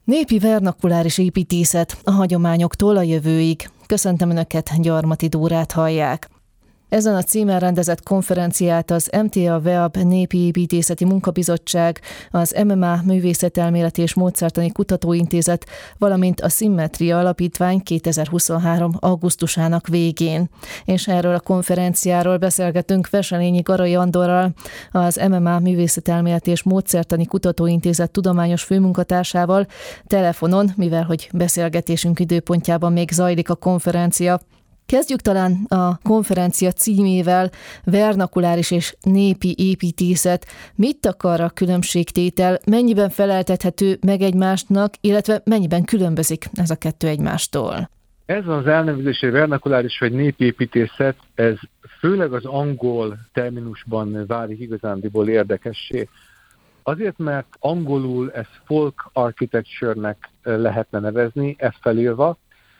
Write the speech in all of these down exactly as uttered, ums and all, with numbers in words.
Népi vernakuláris építészet a hagyományoktól a jövőig. Köszöntöm Önöket, Gyarmati Dórát hallják. Ezen a címen rendezett konferenciát az em té á vé e á bé Népi Építészeti Munkabizottság, az em em á Művészetelméleti és Módszertani Kutatóintézet, valamint a Szimmetria Alapítvány kétezer-huszonhárom. augusztusának végén. És erről a konferenciáról beszélgetünk Wesselényi Garai Andorral, az em em á Művészetelméleti és Módszertani Kutatóintézet tudományos főmunkatársával telefonon, mivel hogy beszélgetésünk időpontjában még zajlik a konferencia. Kezdjük talán a konferencia címével, vernakuláris és népi építészet. Mit akar a különbségtétel, mennyiben feleltethető meg egymásnak, illetve mennyiben különbözik ez a kettő egymástól? Ez az elnevezés, hogy vernakuláris vagy népi építészet, ez főleg az angol terminusban válik igazándiból érdekessé. Azért, mert angolul ez folk architecture-nek lehetne nevezni, ezt felírva,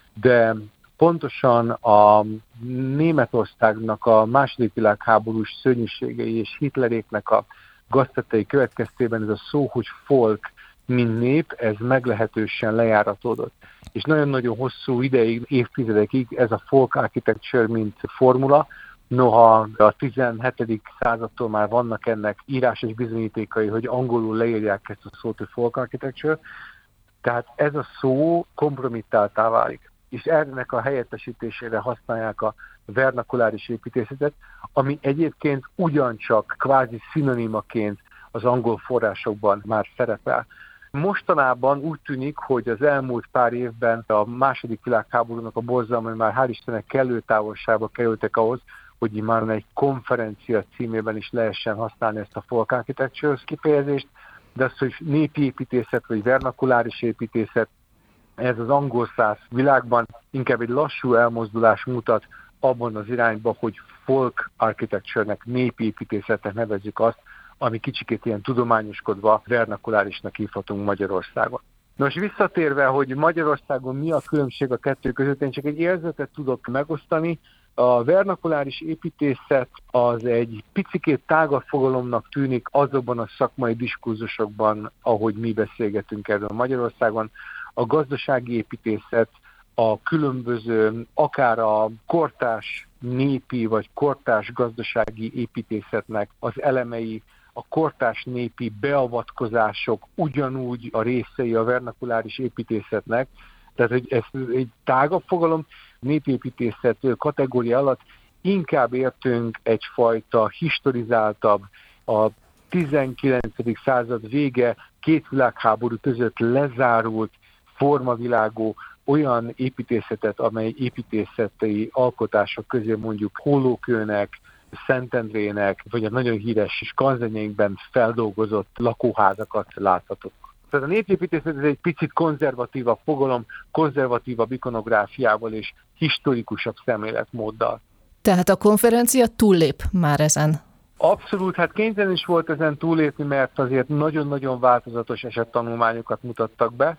de pontosan a Németországnak a második világháborús szörnyűségei és Hitleréknek a gaztettei következtében ez a szó, hogy folk, mint nép, ez meglehetősen lejáratódott. És nagyon-nagyon hosszú ideig, évtizedekig ez a folk architecture, mint formula, noha a tizenhetedik századtól már vannak ennek írásos bizonyítékai, hogy angolul leírják ezt a szót, hogy folk architecture, tehát ez a szó kompromittáltá válik. És ennek a helyettesítésére használják a vernakuláris építészetet, ami egyébként ugyancsak kvázi szinonimaként az angol forrásokban már szerepel. Mostanában úgy tűnik, hogy az elmúlt pár évben a második világháborúnak a borzalmai már hál' Istennek kellő távolságba kerültek ahhoz, hogy már egy konferencia címében is lehessen használni ezt a folk architecture kifejezést, de az, hogy népi építészet vagy vernakuláris építészet, ez az angol száz világban inkább egy lassú elmozdulás mutat abban az irányba, hogy folk architecture-nek, népi építészetnek nevezzük azt, ami kicsikét ilyen tudományoskodva vernakulárisnak hívhatunk Magyarországon. Nos, visszatérve, hogy Magyarországon mi a különbség a kettő között, én csak egy érzetet tudok megosztani. A vernakuláris építészet az egy picikét tágabb fogalomnak tűnik azokban a szakmai diskurzusokban, ahogy mi beszélgetünk erről Magyarországon. A gazdasági építészet, a különböző, akár a kortárs népi vagy kortárs gazdasági építészetnek az elemei, a kortárs népi beavatkozások ugyanúgy a részei a vernakuláris építészetnek. Tehát, hogy ez egy tágabb fogalom, népépítészet kategória alatt inkább értünk egyfajta historizáltabb, a tizenkilencedik század vége, két világháború között lezárult, formavilágú olyan építészetet, amely építészeti alkotások közé mondjuk Hollókőnek, Szentendrének, vagy a nagyon híres skanzenjeinkben feldolgozott lakóházakat láthatok. Tehát a népépítészet ez egy picit konzervatívabb fogalom, konzervatívabb ikonográfiával és historikusabb szemléletmóddal. Tehát a konferencia túllép már ezen? Abszolút, hát kénytelen is volt ezen túllépni, mert azért nagyon-nagyon változatos esettanulmányokat mutattak be.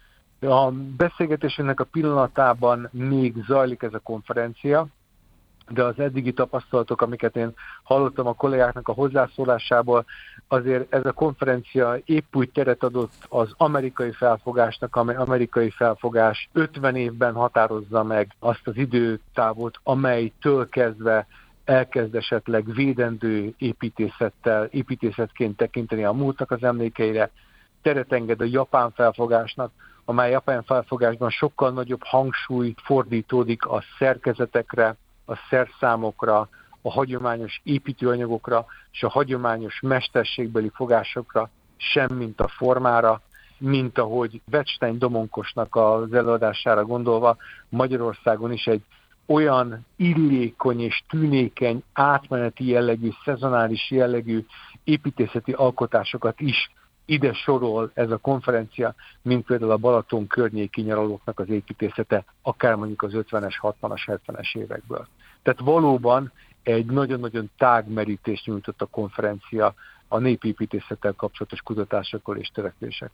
A beszélgetésünknek a pillanatában még zajlik ez a konferencia, de az eddigi tapasztalatok, amiket én hallottam a kollégáknak a hozzászólásából, azért ez a konferencia épp úgy teret adott az amerikai felfogásnak, amely amerikai felfogás ötven évben határozza meg azt az időtávot, amelytől kezdve elkezd esetleg védendő építészettel, építészetként tekinteni a múltnak az emlékeire, teret enged a japán felfogásnak, amely japán felfogásban sokkal nagyobb hangsúly fordítódik a szerkezetekre, a szerszámokra, a hagyományos építőanyagokra és a hagyományos mesterségbeli fogásokra, sem mint a formára, mint ahogy Wettstein Domonkosnak az előadására gondolva Magyarországon is egy olyan illékony és tűnékeny, átmeneti jellegű, szezonális jellegű építészeti alkotásokat is ide sorol ez a konferencia, mint például a Balaton környéki nyaralóknak az építészete, akár mondjuk az ötvenes, hatvanas, hetvenes évekből. Tehát valóban egy nagyon-nagyon tág merítést nyújtott a konferencia a népépítészettel kapcsolatos kutatásokról és törekvésekről.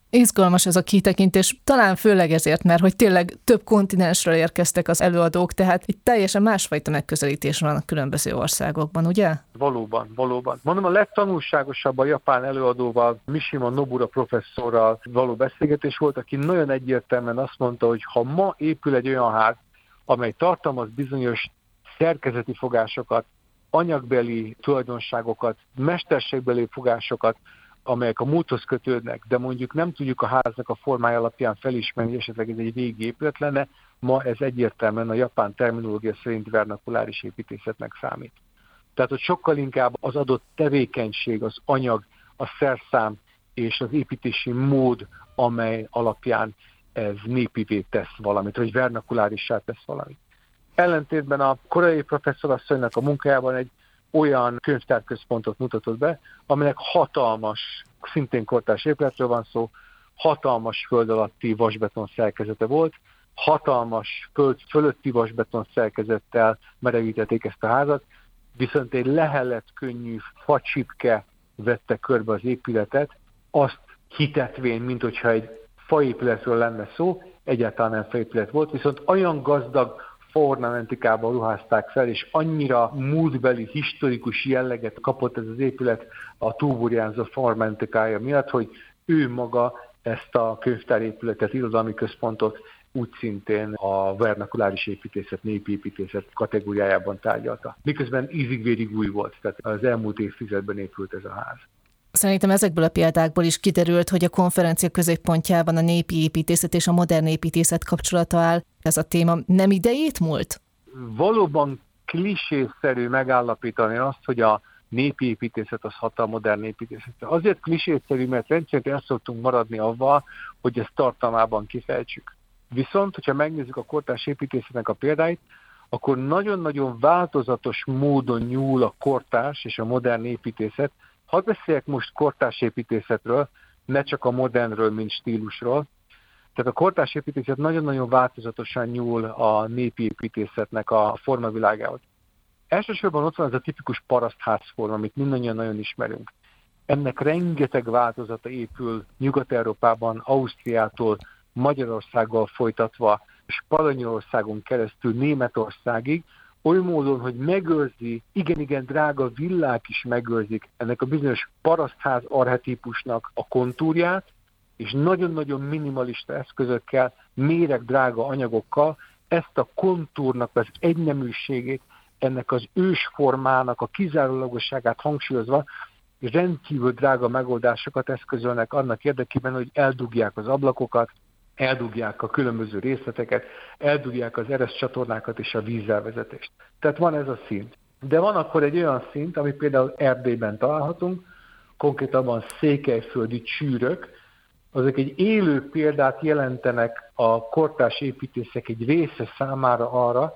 Izgalmas ez a kitekintés, talán főleg ezért, mert hogy tényleg több kontinensről érkeztek az előadók, tehát itt teljesen másfajta megközelítés van a különböző országokban, ugye? Valóban, valóban. Mondom, a legtanulságosabb a japán előadóval, Mishima Nobura professzorral való beszélgetés volt, aki nagyon egyértelműen azt mondta, hogy ha ma épül egy olyan ház, amely tartalmaz bizonyos szerkezeti fogásokat, anyagbeli tulajdonságokat, mesterségbeli fogásokat, amelyek a múlthoz kötődnek, de mondjuk nem tudjuk a háznak a formája alapján felismerni, hogy esetleg ez egy régi épület lenne, ma ez egyértelműen a japán terminológia szerint vernakuláris építészetnek számít. Tehát, hogy sokkal inkább az adott tevékenység, az anyag, a szerszám és az építési mód, amely alapján ez népivé tesz valamit, vagy vernakulárissá tesz valamit. Ellentétben a koreai professzorasszonynak a munkájában egy olyan könyvtárközpontot mutatott be, aminek hatalmas, szintén kortárs épületről van szó, hatalmas föld alatti vasbeton szerkezete volt, hatalmas föld fölötti vasbeton szerkezettel merevítették ezt a házat, viszont egy lehellet könnyű facsipke vette körbe az épületet, azt hitetvén, mint hogyha egy faépületről lenne szó, egyáltalán nem faépület volt, viszont olyan gazdag faornamentikával ruházták fel, és annyira múltbeli, historikus jelleget kapott ez az épület a túlburjánzó faornamentikája miatt, hogy ő maga ezt a könyvtárépületet, irodalmi központot úgy szintén a vernakuláris építészet, népi építészet kategóriájában tárgyalta. Miközben ízig-vérig új volt, tehát az elmúlt évtizedben épült ez a ház. Szerintem ezekből a példákból is kiderült, hogy a konferencia középpontjában a népi építészet és a modern építészet kapcsolata áll. Ez a téma nem idejét múlt? Valóban klisészerű megállapítani azt, hogy a népi építészet az hat a modern építészet. Azért klisészerű, mert rendszerint el szoktunk maradni avval, hogy ezt tartalmában kifejtsük. Viszont, hogyha megnézzük a kortárs építészetnek a példáit, akkor nagyon-nagyon változatos módon nyúl a kortárs és a modern építészet. Hadd beszéljek most kortárs építészetről, ne csak a modernről, mint stílusról. Tehát a kortárs építészet nagyon-nagyon változatosan nyúl a népi építészetnek a formavilágához. Elsősorban ott van az a tipikus parasztházforma, amit mindannyian nagyon ismerünk. Ennek rengeteg változata épül Nyugat-Európában, Ausztriától, Magyarországgal folytatva, Spanyolországon keresztül Németországig, oly módon, hogy megőrzi, igen-igen drága villák is megőrzik ennek a bizonyos parasztház archetípusnak a kontúrját, és nagyon-nagyon minimalista eszközökkel, méreg drága anyagokkal ezt a kontúrnak az egyneműségét, ennek az ősformának a kizárólagosságát hangsúlyozva, rendkívül drága megoldásokat eszközölnek annak érdekében, hogy eldugják az ablakokat, eldugják a különböző részleteket, eldugják az ereszcsatornákat és a vízelvezetést. Tehát van ez a szint. De van akkor egy olyan szint, ami például Erdélyben találhatunk, konkrétabban székelyföldi csűrök, azok egy élő példát jelentenek a kortárs építészek egy része számára arra,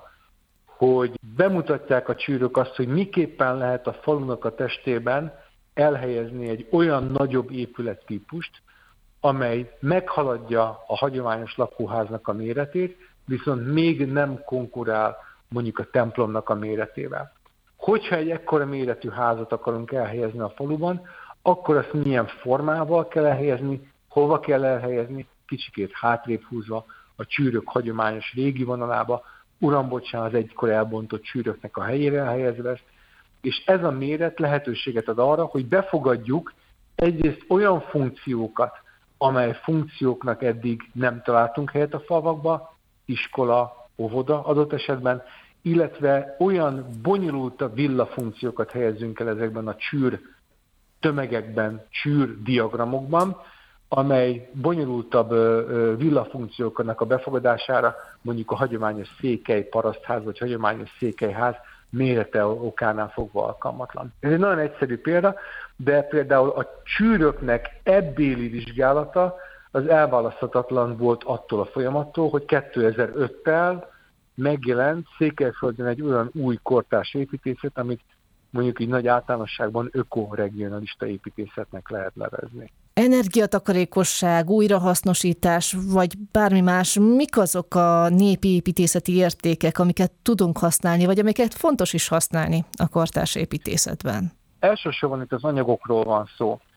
hogy bemutatják a csűrök azt, hogy miképpen lehet a falunak a testében elhelyezni egy olyan nagyobb épülettípust, amely meghaladja a hagyományos lakóháznak a méretét, viszont még nem konkurál mondjuk a templomnak a méretével. Hogyha egy ekkora méretű házat akarunk elhelyezni a faluban, akkor azt milyen formával kell elhelyezni, hova kell elhelyezni, kicsikét hátrébb húzva a csűrök hagyományos régi vonalába, uram, bocsánat, az egykor elbontott csűröknek a helyére elhelyezve ezt, és ez a méret lehetőséget ad arra, hogy befogadjuk egyrészt olyan funkciókat, amely funkcióknak eddig nem találtunk helyet a falvakba, iskola, óvoda adott esetben, illetve olyan bonyolultabb villafunkciókat helyezzünk el ezekben a csűr tömegekben, csűr diagramokban, amely bonyolultabb villafunkcióknak a befogadására mondjuk a hagyományos székely parasztház vagy hagyományos székelyház mérete okánál fogva alkalmatlan. Ez egy nagyon egyszerű példa, de például a csűröknek ebbéli vizsgálata az elválaszthatatlan volt attól a folyamattól, hogy kétezer-öttel megjelent Székelyföldön egy olyan új kortárs építészet, amit mondjuk így nagy általánosságban ökoregionalista építészetnek lehet nevezni. Energiatakarékosság, újrahasznosítás, vagy bármi más, mik azok a népi építészeti értékek, amiket tudunk használni, vagy amiket fontos is használni a kortárs építészetben? Elsősorban itt az anyagokról van szó.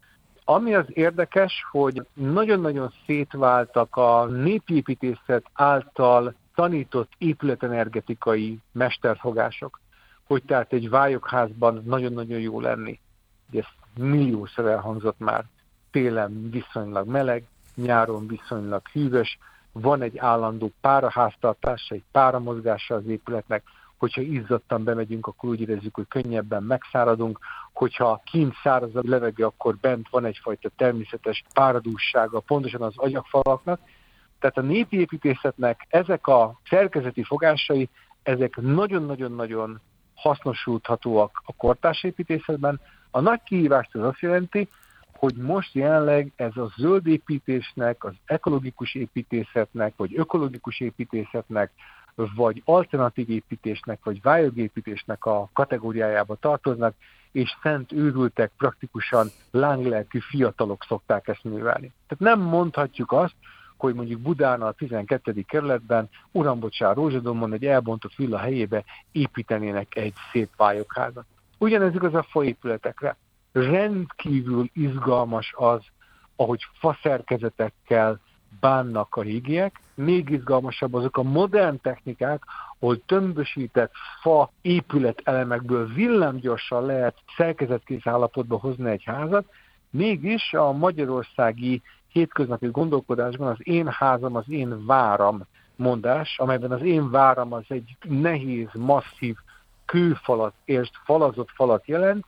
Ami az érdekes, hogy nagyon-nagyon szétváltak a népépítészet által tanított épületenergetikai mesterfogások, hogy tehát egy vályokházban nagyon-nagyon jó lenni. Ez milliószor elhangzott már. Télen viszonylag meleg, nyáron viszonylag hűvös, van egy állandó páraháztartása, egy páramozgása az épületnek, hogyha izzadtan bemegyünk, akkor úgy érezzük, hogy könnyebben megszáradunk, hogyha kint száraz a levegő, akkor bent van egyfajta természetes páradússága, pontosan az agyagfalaknak. Tehát a népi építészetnek ezek a szerkezeti fogásai, ezek nagyon-nagyon-nagyon hasznosulhatóak a kortárs építészetben. A nagy kihívást az azt jelenti, hogy most jelenleg ez a zöld építésnek, az ekologikus építészetnek, vagy ökológikus építészetnek, vagy alternatív építésnek, vagy vályogépítésnek a kategóriájába tartoznak, és szent őrültek, praktikusan lánglelkű fiatalok szokták ezt művelni. Tehát nem mondhatjuk azt, hogy mondjuk Budán a tizenkettedik kerületben, Urambocsár Rózsadombon egy elbontott villa helyébe építenének egy szép vályokházat. Ugyanez igaz a faépületekre. Rendkívül izgalmas az, ahogy faszerkezetekkel bánnak a régiek, még izgalmasabb azok a modern technikák, ahol tömbösített fa épületelemekből villámgyorsan lehet szerkezetkész állapotba hozni egy házat, mégis a magyarországi hétköznapi gondolkodásban az én házam, az én váram mondás, amelyben az én váram az egy nehéz, masszív kőfalat, és falazott falat jelent,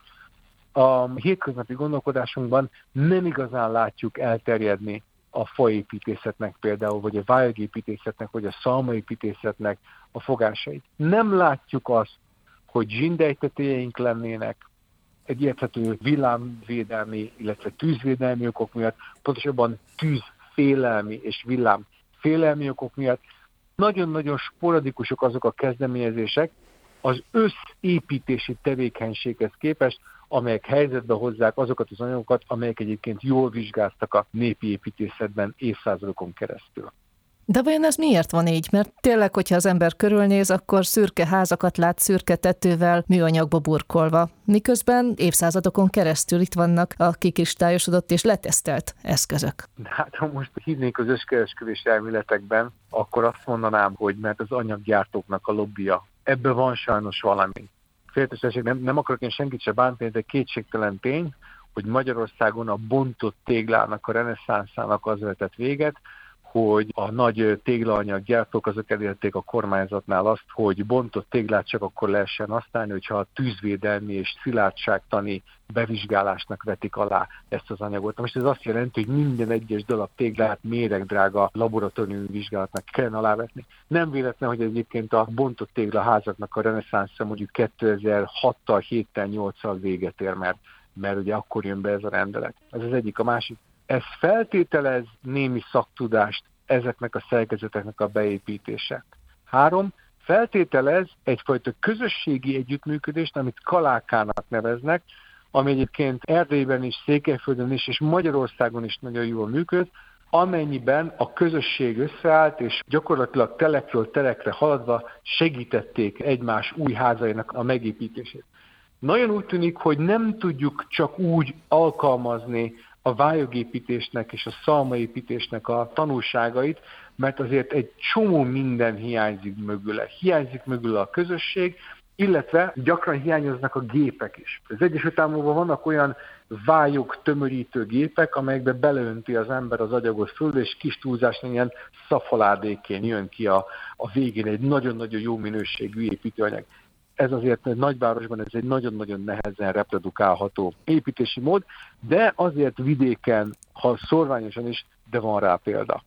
a hétköznapi gondolkodásunkban nem igazán látjuk elterjedni a faépítészetnek például, vagy a vályogépítészetnek, vagy a szalmaépítészetnek a fogásait. Nem látjuk azt, hogy zsindejtetélyeink lennének egy érthető villámvédelmi, illetve tűzvédelmi okok miatt, pontosabban tűzfélelmi és villámfélelmi okok miatt. Nagyon-nagyon sporadikusok azok a kezdeményezések az összépítési tevékenységhez képest, amelyek helyzetbe hozzák azokat az anyagokat, amelyek egyébként jól vizsgáztak a népi építészetben évszázadokon keresztül. De vajon ez miért van így? Mert tényleg, hogyha az ember körülnéz, akkor szürke házakat lát szürke tetővel, műanyagba burkolva. Miközben évszázadokon keresztül itt vannak a kikristályosodott és letesztelt eszközök. Hát ha most hinnék az összkereskedés elméletekben, akkor azt mondanám, hogy mert az anyaggyártóknak a lobbija. Ebből van sajnos valami. Féltesesség, nem, nem akarok én senkit se bántani, de kétségtelen tény, hogy Magyarországon a bontott téglának, a reneszánszának az vetett véget, hogy a nagy téglaanyaggyártók azok elérték a kormányzatnál azt, hogy bontott téglát csak akkor lehessen használni, hogyha a tűzvédelmi és szilárdságtani bevizsgálásnak vetik alá ezt az anyagot. Most ez azt jelenti, hogy minden egyes darab téglát méregdrága laboratóriumi vizsgálatnak kellene alávetni. Nem véletlen, hogy egyébként a bontott téglaházaknak a reneszánsza mondjuk kétezer-hattal, héttel, nyolccal véget ér, mert, mert ugye akkor jön be ez a rendelet. Ez az egyik. A másik. Ez feltételez némi szaktudást ezeknek a szerkezeteknek a beépítése. Három, feltételez egyfajta közösségi együttműködést, amit kalákának neveznek, ami egyébként Erdélyben is, Székelyföldön is, és Magyarországon is nagyon jól működ, amennyiben a közösség összeállt, és gyakorlatilag telekről telekre haladva segítették egymás új házainak a megépítését. Nagyon úgy tűnik, hogy nem tudjuk csak úgy alkalmazni a vályogépítésnek és a szalmaépítésnek a tanulságait, mert azért egy csomó minden hiányzik mögüle. Hiányzik mögüle a közösség, illetve gyakran hiányoznak a gépek is. Az Egyesült Államokban vannak olyan vályog tömörítő gépek, amelyekbe beleönti az ember az agyagot föl, és kis túlzásnál ilyen szafaládékén jön ki a, a végén egy nagyon-nagyon jó minőségű építőanyag. Ez azért egy nagyvárosban ez egy nagyon-nagyon nehezen reprodukálható építési mód, de azért vidéken, ha szorványosan is, de van rá példa.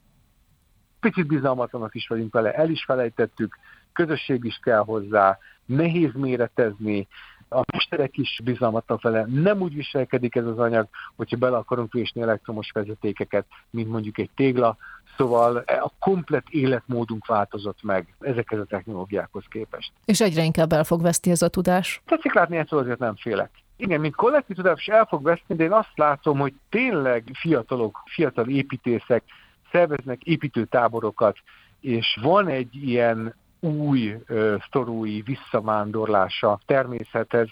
Picit bizalmatlanak is vagyunk vele, el is felejtettük, közösség is kell hozzá, nehéz méretezni, a mesterek is bizalmatlan vele, nem úgy viselkedik ez az anyag, hogyha bele akarunk vésni elektromos vezetékeket, mint mondjuk egy tégla, szóval a komplett életmódunk változott meg ezekhez a technológiákhoz képest. És egyre inkább el fog veszni ez a tudás. Tetszik látni, ettől azért nem félek. Igen, mint kollektív tudás el fog veszni, de én azt látom, hogy tényleg fiatalok, fiatal építészek szerveznek építőtáborokat, és van egy ilyen új uh, sztorúi visszavándorlása természethez.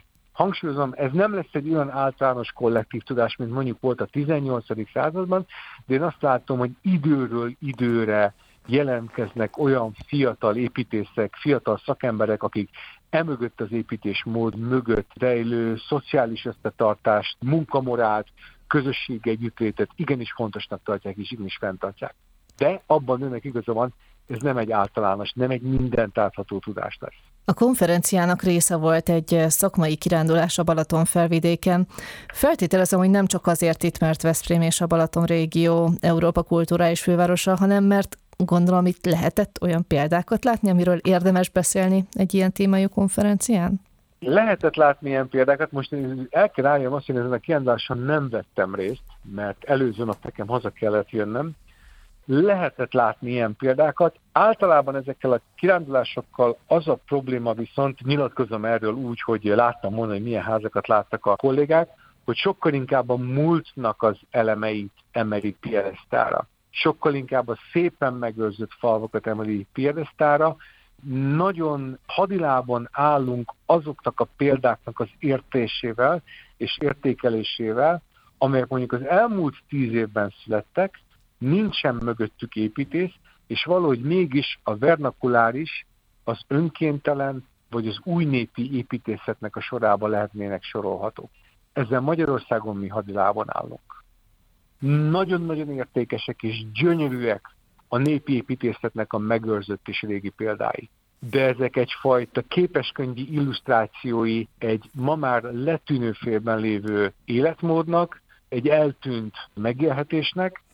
Hangsúlyozom, ez nem lesz egy olyan általános kollektív tudás, mint mondjuk volt a tizennyolcadik században, de én azt látom, hogy időről időre jelentkeznek olyan fiatal építészek, fiatal szakemberek, akik emögött az építésmód mögött rejlő szociális összetartást, munkamorált, közösségi együttlétet igenis fontosnak tartják és igenis fenntartják. De abban önnek igaza van, ez nem egy általános, nem egy mindent átható tudás lesz. A konferenciának része volt egy szakmai kirándulás a Balaton-felvidéken. Feltételezem, hogy nem csak azért itt, mert Veszprém és a Balaton régió Európa kulturális fővárosa, hanem mert gondolom itt lehetett olyan példákat látni, amiről érdemes beszélni egy ilyen témájú konferencián? Lehetett látni ilyen példákat, most el kell álljam azt, hogy ezen a kiránduláson nem vettem részt, mert előző nap nekem haza kellett jönnöm. Lehetett látni ilyen példákat. Általában ezekkel a kirándulásokkal az a probléma, viszont nyilatkozom erről úgy, hogy láttam volna, hogy milyen házakat láttak a kollégák, hogy sokkal inkább a múltnak az elemeit emelik piedesztára. Sokkal inkább a szépen megőrzött falvakat emeli piedesztára. Nagyon hadilában állunk azoknak a példáknak az értésével és értékelésével, amelyek mondjuk az elmúlt tíz évben születtek, nincsen mögöttük építész, és valahogy mégis a vernakuláris, az önkéntelen vagy az új népi építészetnek a sorába lehetnének sorolhatók. Ezzel Magyarországon mi hadilában állunk. Nagyon-nagyon értékesek és gyönyörűek a népi építészetnek a megőrzött és régi példái. De ezek egyfajta képeskönyvi illusztrációi egy ma már letűnő félben lévő életmódnak, egy eltűnt megélhetésnek,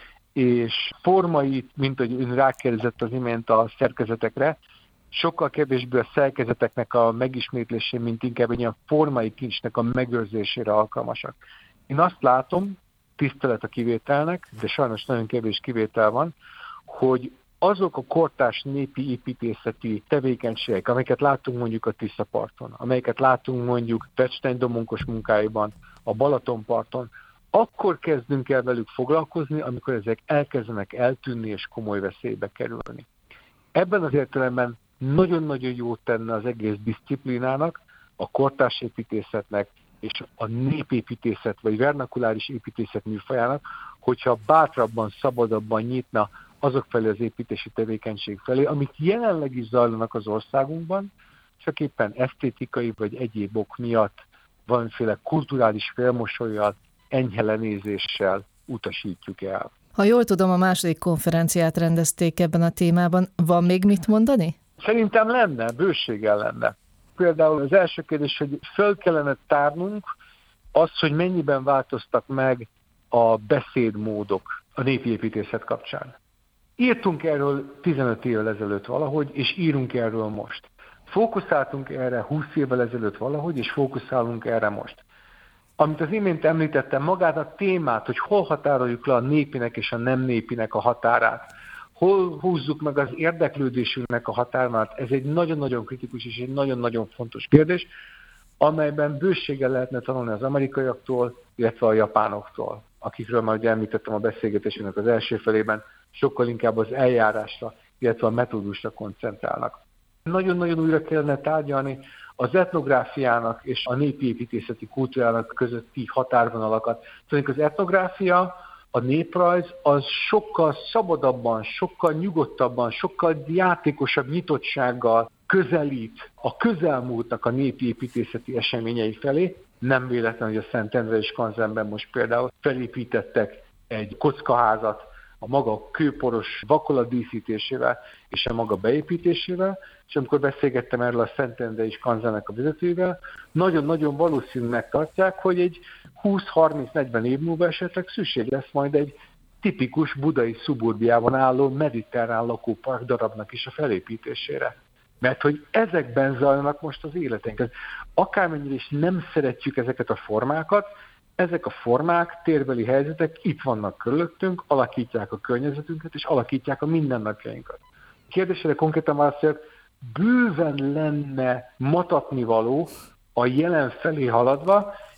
és formai, mint hogy ön rákérdezett az imént a szerkezetekre, sokkal kevésbé a szerkezeteknek a megismétlésén, mint inkább egy ilyen formai kincsnek a megőrzésére alkalmasak. Én azt látom, tisztelet a kivételnek, de sajnos nagyon kevés kivétel van, hogy azok a kortárs népi építészeti tevékenységek, amelyeket látunk mondjuk a Tiszaparton, amelyeket látunk mondjuk Wettstein Domonkos munkáiban, a Balatonparton, akkor kezdünk el velük foglalkozni, amikor ezek elkezdenek eltűnni és komoly veszélybe kerülni. Ebben az értelemben nagyon-nagyon jót tenne az egész diszciplínának, a kortárs építészetnek és a népépítészet vagy vernakuláris építészet műfajának, hogyha bátrabban, szabadabban nyitna azok felé az építési tevékenység felé, amik jelenleg is zajlanak az országunkban, csak éppen esztétikai vagy egyéb ok miatt valamiféle kulturális félmosollyal, enyhe lenézéssel utasítjuk el. Ha jól tudom, a második konferenciát rendezték ebben a témában. Van még mit mondani? Szerintem lenne, bőséggel lenne. Például az első kérdés, hogy föl kellene tárnunk azt, hogy mennyiben változtak meg a beszédmódok a népi építészet kapcsán. Írtunk erről tizenöt évvel ezelőtt valahogy, és írunk erről most. Fókuszáltunk erre húsz évvel ezelőtt valahogy, és fókuszálunk erre most. Amit az imént említettem, magát a témát, hogy hol határoljuk le a népinek és a nem népinek a határát, hol húzzuk meg az érdeklődésünknek a határát, ez egy nagyon-nagyon kritikus és egy nagyon-nagyon fontos kérdés, amelyben bőséggel lehetne tanulni az amerikaiaktól, illetve a japánoktól, akikről már ugye említettem a beszélgetésünknek az első felében, sokkal inkább az eljárásra, illetve a metódusra koncentrálnak. Nagyon-nagyon újra kellene tárgyalni az etnográfiának és a népi építészeti kultúrának közötti határvonalakat. Szóval az etnográfia, a néprajz az sokkal szabadabban, sokkal nyugodtabban, sokkal játékosabb nyitottsággal közelít a közelmúltnak a népi építészeti eseményei felé. Nem véletlen, hogy a Szentendre és Kanzenben most például felépítettek egy kockaházat a maga kőporos vakolat díszítésével és a maga beépítésével, és amikor beszélgettem erről a Szentendre és Kanzennek a vezetőivel, nagyon-nagyon valószínűnek tartják, hogy egy húsz-harminc-negyven év múlva esetleg szükség lesz majd egy tipikus budai szuburbiában álló mediterrán lakópark darabnak is a felépítésére. Mert hogy ezekben zajlanak most az életeink. Akármennyire is nem szeretjük ezeket a formákat, ezek a formák, térbeli helyzetek itt vannak körülöttünk, alakítják a környezetünket, és alakítják a mindennapjainkat. Kérdésére konkrétan válaszolják, bőven lenne matatnivaló a jelen felé haladva,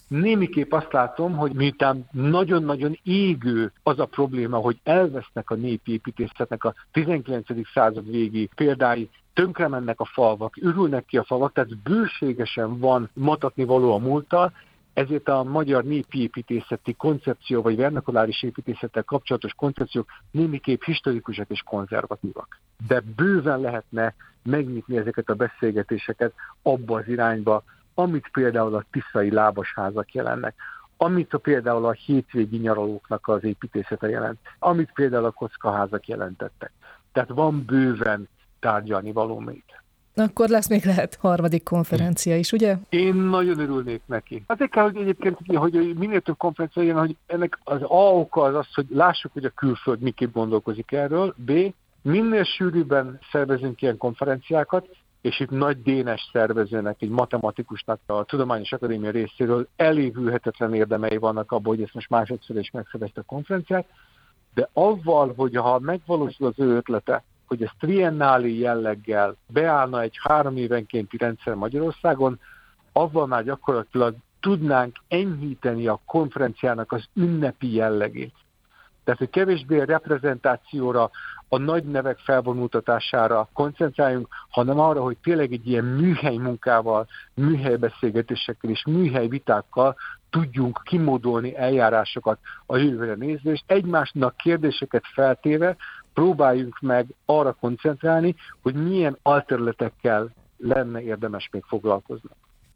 Némiképp azt látom, hogy miután nagyon-nagyon égő az a probléma, hogy elvesznek a népi építészetnek a tizenkilencedik század végi példái, tönkre mennek a falvak, ürülnek ki a falvak, tehát bőségesen van matatni való a múlttal, ezért a magyar népi építészeti koncepció, vagy vernakuláris építészettel kapcsolatos koncepciók némiképp historikusak és konzervatívak. De bőven lehetne megnyitni ezeket a beszélgetéseket abba az irányba, amit például a tiszai lábasházak jelennek, amit a például a hétvégi nyaralóknak az építészete jelent, amit például a kockaházak jelentettek. Tehát van bőven tárgyalni való még. Akkor lesz még lehet harmadik konferencia is, ugye? Én nagyon örülnék neki. Azért kell, hogy egyébként, hogy minél több konferencia legyen, hogy ennek az A oka az az, hogy lássuk, hogy a külföld miképp gondolkozik erről. B. Minél sűrűbben szervezünk ilyen konferenciákat, és itt Nagy Dénes szervezőnek, egy matematikusnak a Tudományos Akadémia részéről elévülhetetlen érdemei vannak abban, hogy ezt most másodszor is megszervezte a konferenciát, de avval, hogy ha megvalósul az ő ötlete, hogy ez triennáli jelleggel beállna egy három évenkénti rendszer Magyarországon, avval már gyakorlatilag tudnánk enyhíteni a konferenciának az ünnepi jellegét. Tehát, hogy kevésbé a reprezentációra, a nagy nevek felvonultatására koncentráljunk, hanem arra, hogy tényleg egy ilyen műhely munkával, műhely beszélgetésekkel és műhely vitákkal tudjunk kimódolni eljárásokat a jövőre nézve, és egymásnak kérdéseket feltéve próbáljunk meg arra koncentrálni, hogy milyen alterületekkel lenne érdemes még foglalkozni.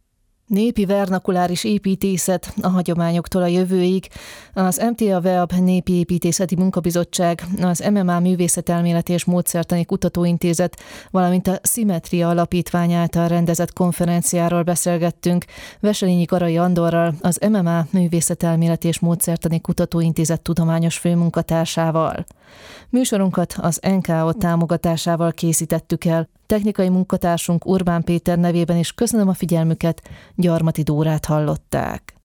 Népi vernakuláris építészet a hagyományoktól a jövőig, az em té á vé e á bé Népi Építészeti Munkabizottság, az em em á Művészetelméleti és Módszertani Kutatóintézet, valamint a Szimetria Alapítvány által rendezett konferenciáról beszélgettünk Veselényi Garai Andorral, az em em á Művészetelméleti és Módszertani Kutatóintézet tudományos főmunkatársával. Műsorunkat az en ká o támogatásával készítettük el. Technikai munkatársunk Urbán Péter nevében is köszönöm a figyelmüket, Gyarmati Dórát hallották.